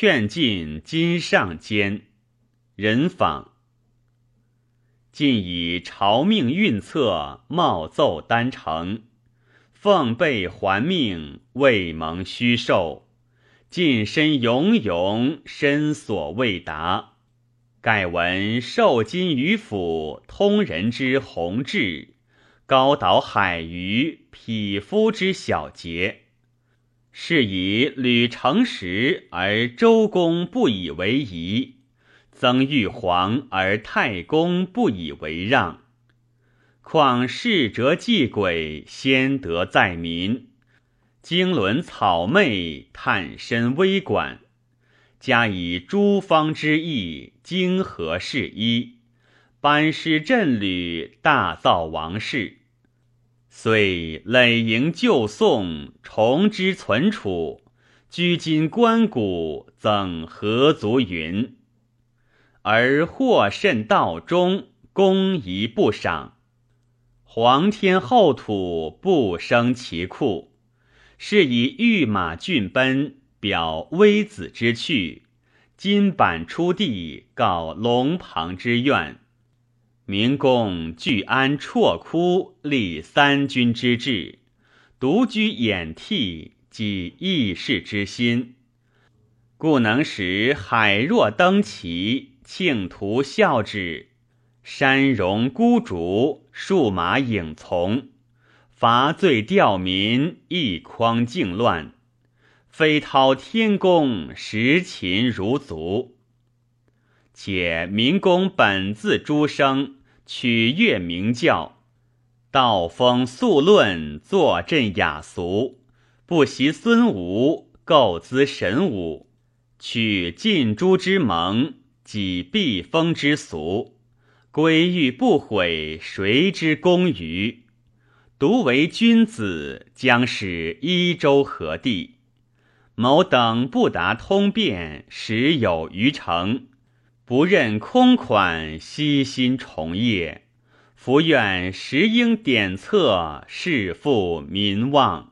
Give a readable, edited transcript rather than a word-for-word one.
劝进今上间。人访。晋以朝命运策，冒奏丹成。奉备还命，未蒙虚受。近身永永，身所未达。盖闻受金于府，通人之宏志，高蹈海鱼，匹夫之小节。是以吕承实而周公不以为宜，曾玉皇而太公不以为让。况逝者祭鬼，先德在民。经纶草昧，探深微管。加以诸方之意，经合事一，班师振履，大造王室。遂累营旧宋，重之存储，居今关谷，增何足云。而或甚道中，公仪不赏。皇天厚土，不生其库。是以御马骏奔，表微子之趣；金板出地，告龙庞之愿。明公具安绰哭，立三军之志，独居掩替，即义士之心。故能使海若登旗，庆图孝止，山容孤竹，数马影从。伐罪吊民，一匡靖乱。非滔天公，实勤如足。且明公本自诸生，取悦明教，道风素论，坐镇雅俗，不习孙吴，构资神武，取晋诸之盟，己避风之俗，规矩不毁，谁之功于？独为君子，将使一州何地？某等不达通变，时有余成，不任空款，悉心从业。伏愿时应典策，事负民望。